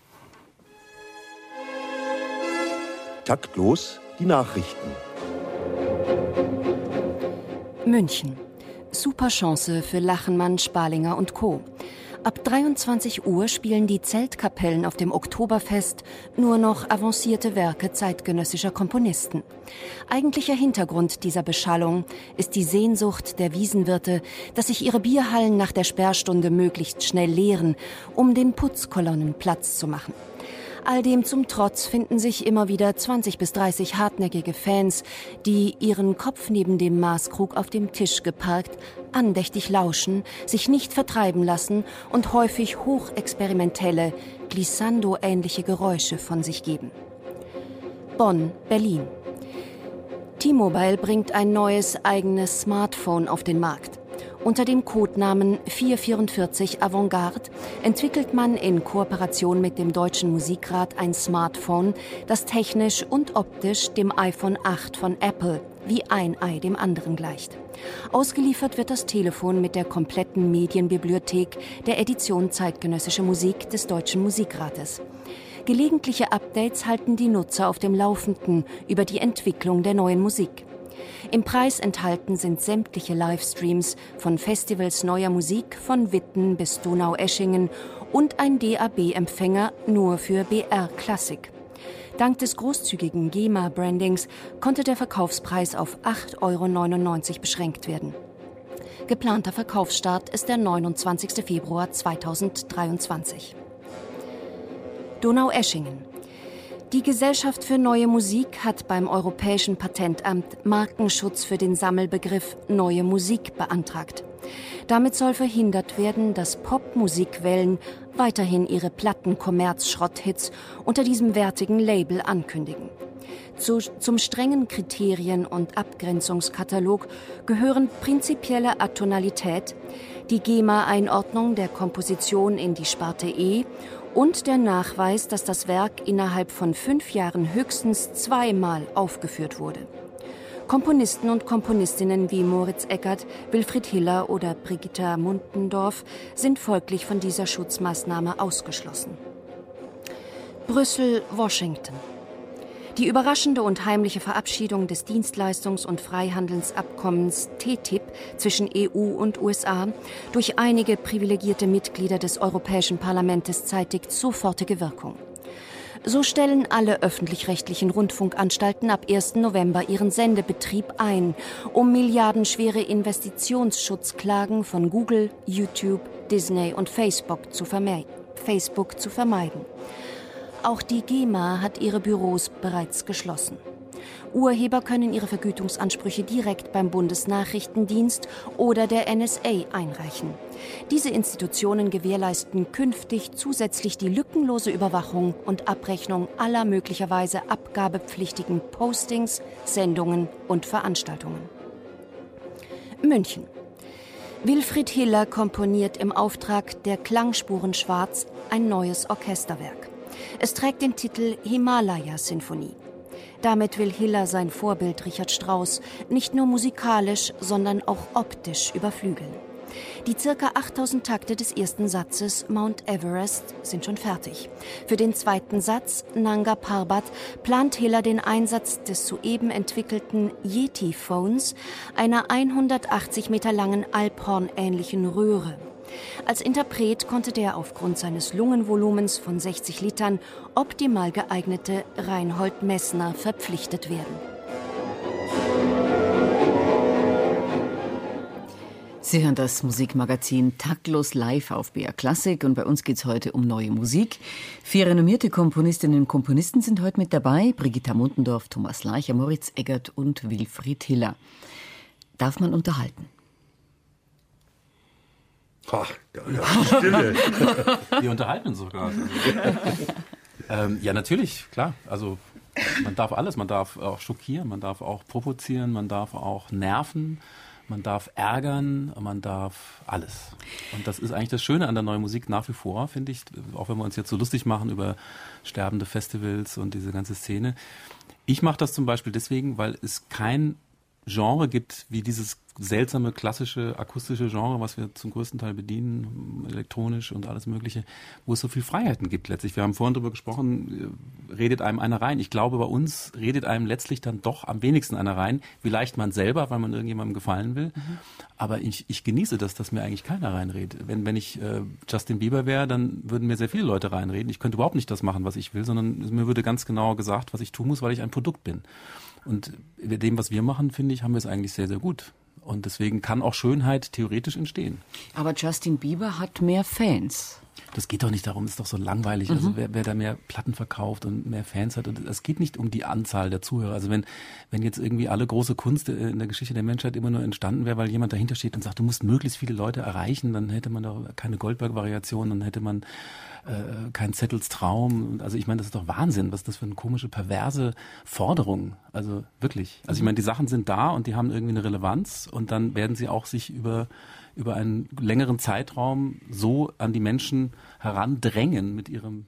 Taktlos die Nachrichten. München. Super Chance für Lachenmann, Spalinger und Co. Ab 23 Uhr spielen die Zeltkapellen auf dem Oktoberfest nur noch avancierte Werke zeitgenössischer Komponisten. Eigentlicher Hintergrund dieser Beschallung ist die Sehnsucht der Wiesenwirte, dass sich ihre Bierhallen nach der Sperrstunde möglichst schnell leeren, um den Putzkolonnen Platz zu machen. All dem zum Trotz finden sich immer wieder 20 bis 30 hartnäckige Fans, die ihren Kopf neben dem Maßkrug auf dem Tisch geparkt, andächtig lauschen, sich nicht vertreiben lassen und häufig hochexperimentelle, Glissando-ähnliche Geräusche von sich geben. Bonn, Berlin. T-Mobile bringt ein neues eigenes Smartphone auf den Markt. Unter dem Codenamen 444 Avantgarde entwickelt man in Kooperation mit dem Deutschen Musikrat ein Smartphone, das technisch und optisch dem iPhone 8 von Apple wie ein Ei dem anderen gleicht. Ausgeliefert wird das Telefon mit der kompletten Medienbibliothek der Edition Zeitgenössische Musik des Deutschen Musikrates. Gelegentliche Updates halten die Nutzer auf dem Laufenden über die Entwicklung der neuen Musik. Im Preis enthalten sind sämtliche Livestreams von Festivals neuer Musik von Witten bis Donaueschingen und ein DAB-Empfänger nur für BR Classic. Dank des großzügigen GEMA-Brandings konnte der Verkaufspreis auf 8,99 € beschränkt werden. Geplanter Verkaufsstart ist der 29. Februar 2023. Donaueschingen. Die Gesellschaft für Neue Musik hat beim Europäischen Patentamt Markenschutz für den Sammelbegriff Neue Musik beantragt. Damit soll verhindert werden, dass Popmusikwellen weiterhin ihre Platten-Kommerz-Schrott-Hits unter diesem wertigen Label ankündigen. Zum strengen Kriterien- und Abgrenzungskatalog gehören prinzipielle Atonalität, die GEMA-Einordnung der Komposition in die Sparte E und der Nachweis, dass das Werk innerhalb von 5 Jahren höchstens 2-mal aufgeführt wurde. Komponisten und Komponistinnen wie Moritz Eggert, Wilfried Hiller oder Brigitta Muntendorf sind folglich von dieser Schutzmaßnahme ausgeschlossen. Brüssel, Washington. Die überraschende und heimliche Verabschiedung des Dienstleistungs- und Freihandelsabkommens TTIP zwischen EU und USA durch einige privilegierte Mitglieder des Europäischen Parlaments zeitigt sofortige Wirkung. So stellen alle öffentlich-rechtlichen Rundfunkanstalten ab 1. November ihren Sendebetrieb ein, um milliardenschwere Investitionsschutzklagen von Google, YouTube, Disney und Facebook zu vermeiden. Auch die GEMA hat ihre Büros bereits geschlossen. Urheber können ihre Vergütungsansprüche direkt beim Bundesnachrichtendienst oder der NSA einreichen. Diese Institutionen gewährleisten künftig zusätzlich die lückenlose Überwachung und Abrechnung aller möglicherweise abgabepflichtigen Postings, Sendungen und Veranstaltungen. München. Wilfried Hiller komponiert im Auftrag der Klangspuren Schwarz ein neues Orchesterwerk. Es trägt den Titel Himalaya-Sinfonie. Damit will Hiller sein Vorbild Richard Strauss nicht nur musikalisch, sondern auch optisch überflügeln. Die ca. 8000 Takte des ersten Satzes Mount Everest sind schon fertig. Für den zweiten Satz Nanga Parbat plant Hiller den Einsatz des soeben entwickelten Yeti-Phones, einer 180 Meter langen Alphorn-ähnlichen Röhre. Als Interpret konnte der aufgrund seines Lungenvolumens von 60 Litern optimal geeignete Reinhold Messner verpflichtet werden. Sie hören das Musikmagazin Taktlos live auf BR Classic und bei uns geht es heute um neue Musik. 4 renommierte Komponistinnen und Komponisten sind heute mit dabei. Brigitta Muntendorf, Thomas Leicher, Moritz Eggert und Wilfried Hiller. Darf man unterhalten? Ach, ja, Stille. Wir unterhalten uns sogar. Ja, natürlich, klar. Also man darf alles. Man darf auch schockieren, man darf auch provozieren, man darf auch nerven, man darf ärgern, man darf alles. Und das ist eigentlich das Schöne an der neuen Musik nach wie vor, finde ich. Auch wenn wir uns jetzt so lustig machen über sterbende Festivals und diese ganze Szene. Ich mache das zum Beispiel deswegen, weil es kein Genre gibt wie dieses seltsame, klassische, akustische Genre, was wir zum größten Teil bedienen, elektronisch und alles Mögliche, wo es so viel Freiheiten gibt letztlich. Wir haben vorhin darüber gesprochen, redet einem einer rein. Ich glaube, bei uns redet einem letztlich dann doch am wenigsten einer rein. Vielleicht man selber, weil man irgendjemandem gefallen will. Aber ich genieße das, dass mir eigentlich keiner reinredet. Wenn ich Justin Bieber wäre, dann würden mir sehr viele Leute reinreden. Ich könnte überhaupt nicht das machen, was ich will, sondern mir würde ganz genau gesagt, was ich tun muss, weil ich ein Produkt bin. Und mit dem, was wir machen, finde ich, haben wir es eigentlich sehr, sehr gut. Und deswegen kann auch Schönheit theoretisch entstehen. Aber Justin Bieber hat mehr Fans. Das geht doch nicht darum, das ist doch so langweilig. Also wer da mehr Platten verkauft und mehr Fans hat. Und es geht nicht um die Anzahl der Zuhörer. Also wenn jetzt irgendwie alle große Kunst in der Geschichte der Menschheit immer nur entstanden wäre, weil jemand dahinter steht und sagt, du musst möglichst viele Leute erreichen, dann hätte man doch keine Goldberg-Variation, dann hätte man kein Zettels Traum. Also ich meine, das ist doch Wahnsinn, was das für eine komische, perverse Forderung. Also wirklich. Also ich meine, die Sachen sind da und die haben irgendwie eine Relevanz und dann werden sie auch sich über einen längeren Zeitraum so an die Menschen herandrängen mit ihrem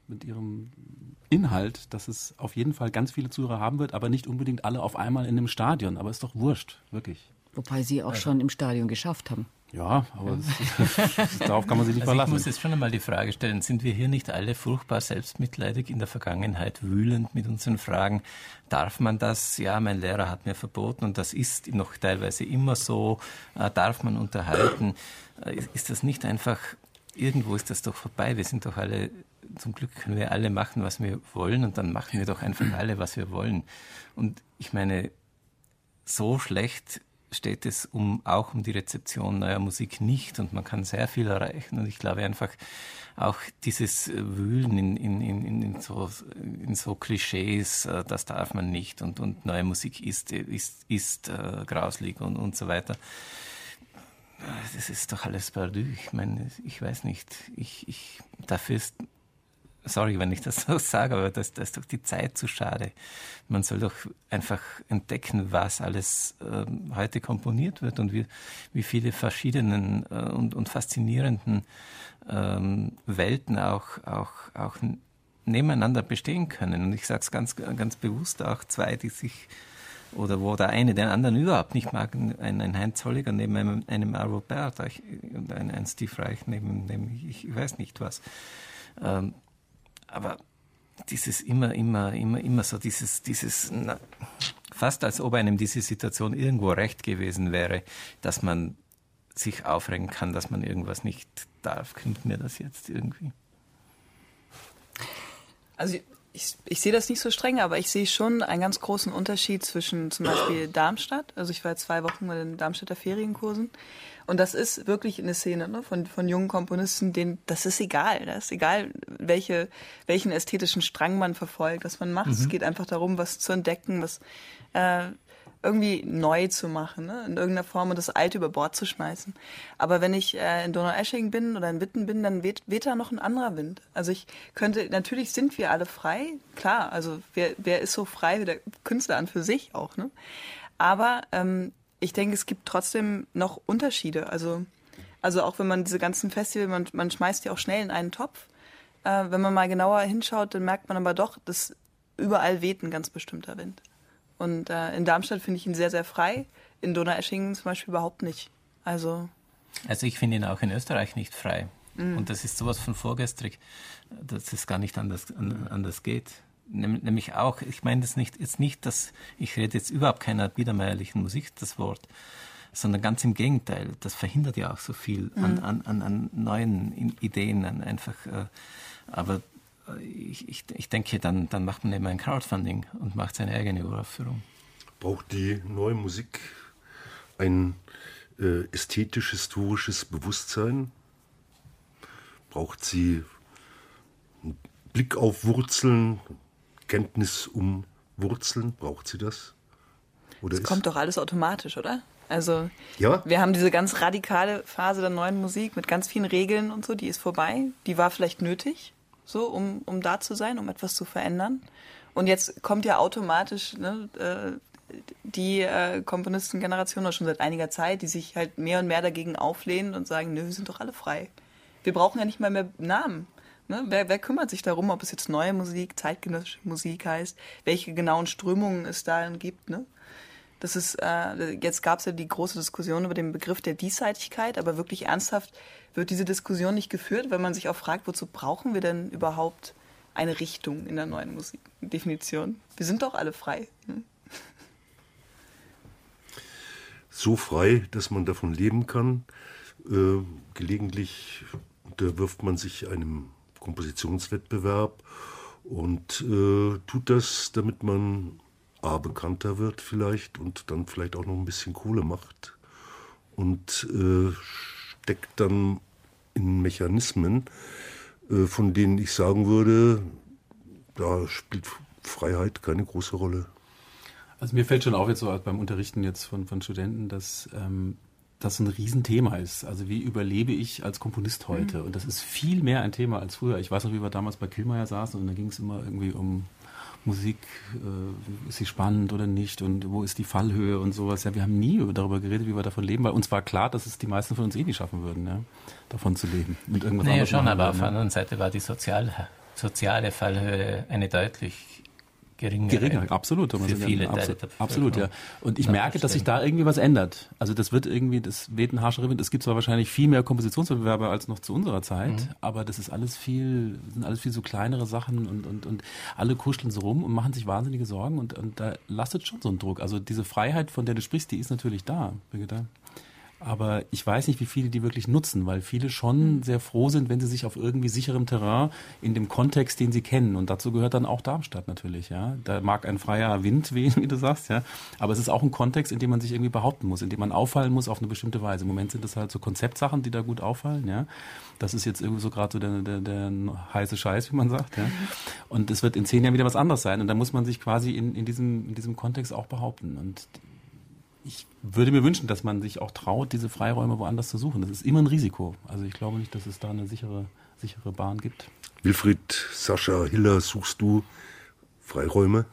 Inhalt, dass es auf jeden Fall ganz viele Zuhörer haben wird, aber nicht unbedingt alle auf einmal in einem Stadion. Aber ist doch wurscht, wirklich. Wobei sie auch schon im Stadion geschafft haben. Ja, aber darauf kann man sich nicht verlassen. Ich muss jetzt schon einmal die Frage stellen, sind wir hier nicht alle furchtbar selbstmitleidig in der Vergangenheit, wühlend mit unseren Fragen, darf man das? Ja, mein Lehrer hat mir verboten und das ist noch teilweise immer so, darf man unterhalten? Ist das nicht einfach, irgendwo ist das doch vorbei, wir sind doch alle, zum Glück können wir alle machen, was wir wollen und dann machen wir doch einfach alle, was wir wollen. Und ich meine, so schlecht steht es auch um die Rezeption neuer Musik nicht und man kann sehr viel erreichen und ich glaube einfach auch dieses Wühlen in so Klischees, das darf man nicht und neue Musik ist grauslig und so weiter. Das ist doch alles perdu. Ich meine, ich weiß nicht, dafür ist, sorry, wenn ich das so sage, aber das ist doch die Zeit zu schade. Man soll doch einfach entdecken, was alles heute komponiert wird und wie viele verschiedenen und faszinierenden Welten auch nebeneinander bestehen können. Und ich sage es ganz, ganz bewusst auch zwei, die sich oder wo der eine den anderen überhaupt nicht mag, ein Heinz Holliger neben einem Arvo Pärt und ein Steve Reich neben dem ich weiß nicht was. Aber dieses immer so dieses fast als ob einem diese Situation irgendwo recht gewesen wäre, dass man sich aufregen kann, dass man irgendwas nicht darf. Klingt mir das jetzt irgendwie? Also ich sehe das nicht so streng, aber ich sehe schon einen ganz großen Unterschied zwischen zum Beispiel Darmstadt. Also ich war 2 Wochen bei den Darmstädter Ferienkursen. Und das ist wirklich eine Szene, ne, von jungen Komponisten, denen das ist egal. Das ist egal, welchen ästhetischen Strang man verfolgt, was man macht. Es geht einfach darum, was zu entdecken, was irgendwie neu zu machen, ne, in irgendeiner Form und das Alte über Bord zu schmeißen. Aber wenn ich in Donaueschingen bin oder in Witten bin, dann weht da noch ein anderer Wind. Also natürlich sind wir alle frei, klar, also wer ist so frei wie der Künstler an für sich auch, ne? Aber ich denke, es gibt trotzdem noch Unterschiede. Also auch wenn man diese ganzen Festivals, man schmeißt die auch schnell in einen Topf. Wenn man mal genauer hinschaut, dann merkt man aber doch, dass überall weht ein ganz bestimmter Wind. Und in Darmstadt finde ich ihn sehr, sehr frei. In Donaueschingen zum Beispiel überhaupt nicht. Also ich finde ihn auch in Österreich nicht frei. Und das ist sowas von vorgestrig, dass es gar nicht anders geht. Nämlich auch, ich meine das nicht, dass ich rede jetzt überhaupt keiner biedermeierlichen Musik, das Wort, sondern ganz im Gegenteil. Das verhindert ja auch so viel an neuen Ideen, aber ich denke, dann macht man eben ein Crowdfunding und macht seine eigene Uraufführung. Braucht die neue Musik ein ästhetisch-historisches Bewusstsein? Braucht sie einen Blick auf Wurzeln, Kenntnis um Wurzeln? Braucht sie das? Das kommt doch alles automatisch, oder? Also ja? Wir haben diese ganz radikale Phase der neuen Musik mit ganz vielen Regeln und so, die ist vorbei. Die war vielleicht nötig, so um da zu sein, um etwas zu verändern. Und jetzt kommt ja automatisch die Komponistengeneration schon seit einiger Zeit, die sich halt mehr und mehr dagegen auflehnen und sagen, nö, wir sind doch alle frei. Wir brauchen ja nicht mal mehr Namen. Ne? Wer kümmert sich darum, ob es jetzt neue Musik, zeitgenössische Musik heißt, welche genauen Strömungen es da gibt, ne? Das ist, jetzt gab es ja die große Diskussion über den Begriff der Diesseitigkeit, aber wirklich ernsthaft wird diese Diskussion nicht geführt, weil man sich auch fragt, wozu brauchen wir denn überhaupt eine Richtung in der neuen Musikdefinition? Wir sind doch alle frei. Ne? So frei, dass man davon leben kann. Gelegentlich unterwirft man sich einem Kompositionswettbewerb und tut das, damit man bekannter wird vielleicht und dann vielleicht auch noch ein bisschen Kohle macht und steckt dann in Mechanismen, von denen ich sagen würde, da spielt Freiheit keine große Rolle. Also mir fällt schon auf jetzt so beim Unterrichten jetzt von Studenten, dass das ein Riesenthema ist. Also wie überlebe ich als Komponist heute? Und das ist viel mehr ein Thema als früher. Ich weiß noch, wie wir damals bei Killmeier saßen und da ging es immer irgendwie um Musik, ist sie spannend oder nicht und wo ist die Fallhöhe und sowas. Ja, wir haben nie darüber geredet, wie wir davon leben, weil uns war klar, dass es die meisten von uns eh nicht schaffen würden, ja, davon zu leben. Und irgendwas naja, schon, aber würden, auf der anderen Seite war die soziale Fallhöhe eine deutlich geringer, absolut. Für viele Teile absolut, ja. Und ich merke, dass sich da irgendwie was ändert. Also das weht ein harscherer Wind. Es gibt zwar wahrscheinlich viel mehr Kompositionswettbewerbe als noch zu unserer Zeit, aber das sind alles viel so kleinere Sachen und alle kuscheln so rum und machen sich wahnsinnige Sorgen und da lastet schon so ein Druck. Also diese Freiheit, von der du sprichst, die ist natürlich da, Birgitta. Aber ich weiß nicht, wie viele die wirklich nutzen, weil viele schon sehr froh sind, wenn sie sich auf irgendwie sicherem Terrain in dem Kontext, den sie kennen. Und dazu gehört dann auch Darmstadt natürlich, ja. Da mag ein freier Wind wehen, wie du sagst, ja. Aber es ist auch ein Kontext, in dem man sich irgendwie behaupten muss, in dem man auffallen muss auf eine bestimmte Weise. Im Moment sind das halt so Konzeptsachen, die da gut auffallen, ja. Das ist jetzt irgendwie so gerade so der heiße Scheiß, wie man sagt, ja. Und es wird in 10 Jahren wieder was anderes sein. Und da muss man sich quasi in diesem Kontext auch behaupten. Und ich würde mir wünschen, dass man sich auch traut, diese Freiräume woanders zu suchen. Das ist immer ein Risiko. Also ich glaube nicht, dass es da eine sichere Bahn gibt. Wilfried, Sascha, Hiller, suchst du Freiräume?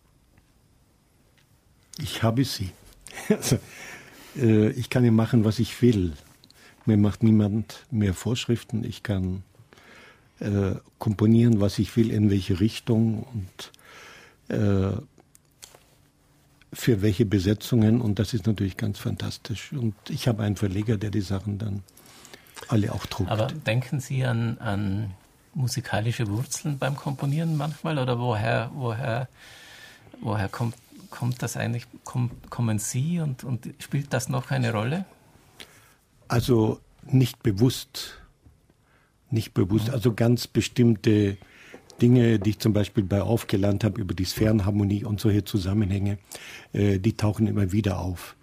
Ich habe sie. Also, ich kann ja machen, was ich will. Mir macht niemand mehr Vorschriften. Ich kann komponieren, was ich will, in welche Richtung und für welche Besetzungen, und das ist natürlich ganz fantastisch. Und ich habe einen Verleger, der die Sachen dann alle auch druckt. Aber denken Sie an musikalische Wurzeln beim Komponieren manchmal? Oder woher kommt das eigentlich? Kommen Sie und spielt das noch eine Rolle? Also nicht bewusst. Also ganz bestimmte Dinge, die ich zum Beispiel bei aufgelernt habe über die Sphärenharmonie und solche Zusammenhänge, die tauchen immer wieder auf.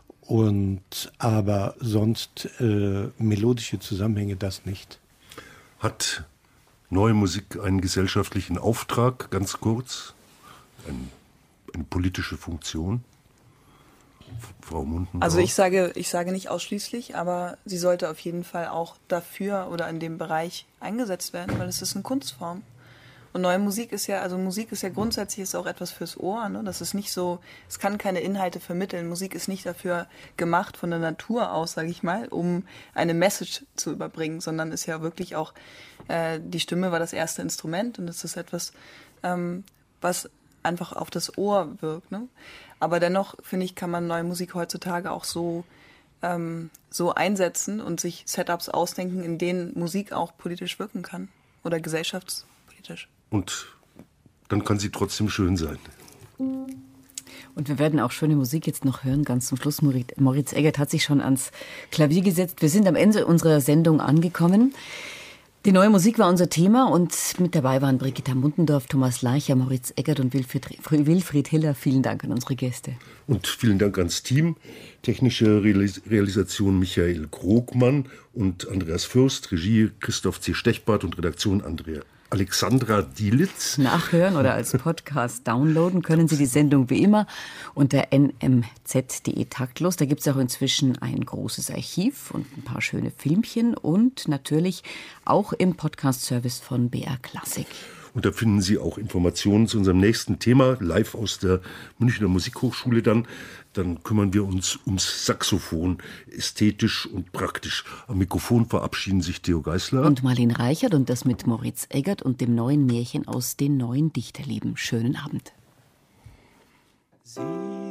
Aber sonst melodische Zusammenhänge, das nicht. Hat neue Musik einen gesellschaftlichen Auftrag, ganz kurz? Eine politische Funktion? Frau Mundenbauer? Also ich sage nicht ausschließlich, aber sie sollte auf jeden Fall auch dafür oder in dem Bereich eingesetzt werden, weil es ist eine Kunstform. Und neue Musik ist ja grundsätzlich auch etwas fürs Ohr, ne? Das ist nicht so, es kann keine Inhalte vermitteln. Musik ist nicht dafür gemacht von der Natur aus, sage ich mal, um eine Message zu überbringen, sondern ist ja wirklich auch, die Stimme war das erste Instrument und es ist etwas, was einfach auf das Ohr wirkt, ne? Aber dennoch, finde ich, kann man neue Musik heutzutage auch so einsetzen und sich Setups ausdenken, in denen Musik auch politisch wirken kann oder gesellschaftspolitisch. Und dann kann sie trotzdem schön sein. Und wir werden auch schöne Musik jetzt noch hören, ganz zum Schluss. Moritz Eggert hat sich schon ans Klavier gesetzt. Wir sind am Ende unserer Sendung angekommen. Die neue Musik war unser Thema und mit dabei waren Brigitta Muntendorf, Thomas Leicher, Moritz Eggert und Wilfried Hiller. Vielen Dank an unsere Gäste. Und vielen Dank ans Team. Technische Realisation Michael Krogmann und Andreas Fürst, Regie Christoph C. Stechbart und Redaktion Alexandra Dielitz. Nachhören oder als Podcast downloaden können Sie die Sendung wie immer unter nmz.de taktlos. Da gibt es auch inzwischen ein großes Archiv und ein paar schöne Filmchen und natürlich auch im Podcast-Service von BR Classic. Und da finden Sie auch Informationen zu unserem nächsten Thema, live aus der Münchner Musikhochschule dann. Dann kümmern wir uns ums Saxophon, ästhetisch und praktisch. Am Mikrofon verabschieden sich Theo Geisler und Marlene Reichert und das mit Moritz Eggert und dem neuen Märchen aus den neuen Dichterlieben. Schönen Abend. Sie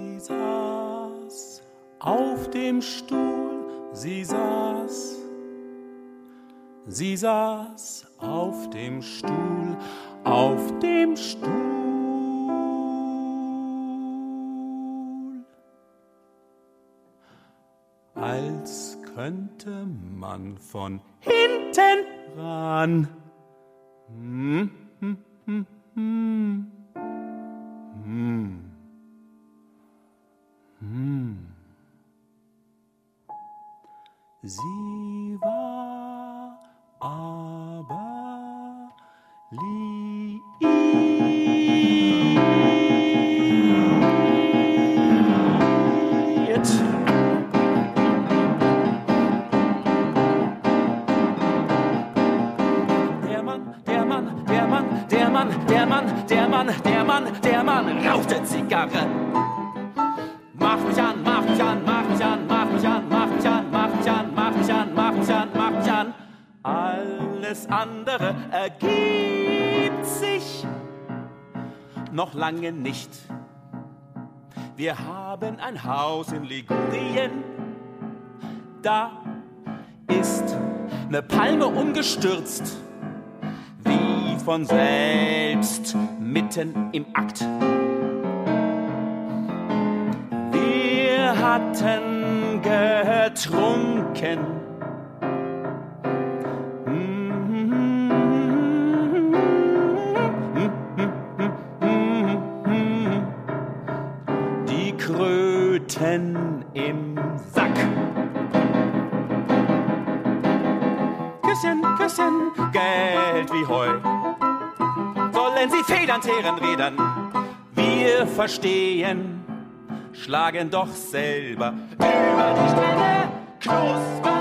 saß auf dem Stuhl, sie saß auf dem Stuhl, als könnte man von hinten ran. Sie war aber lieb. Der Mann rauchte Zigarre. Mach mich an, mach mich an, mach mich an, mach mich an, mach mich an, mach mich an, mach mich an, mach mich an, mach mich an. Alles andere ergibt sich noch lange nicht. Wir haben ein Haus in Ligurien. Da ist eine Palme umgestürzt. Wie von selbst, mitten im Akt. Wir hatten getrunken. Die Kröten im Sack. Küsschen, Küsschen, Geld wie Heu. Sollen sie Federn teeren Rädern? Wir verstehen, schlagen doch selber über die Stränge Knusper.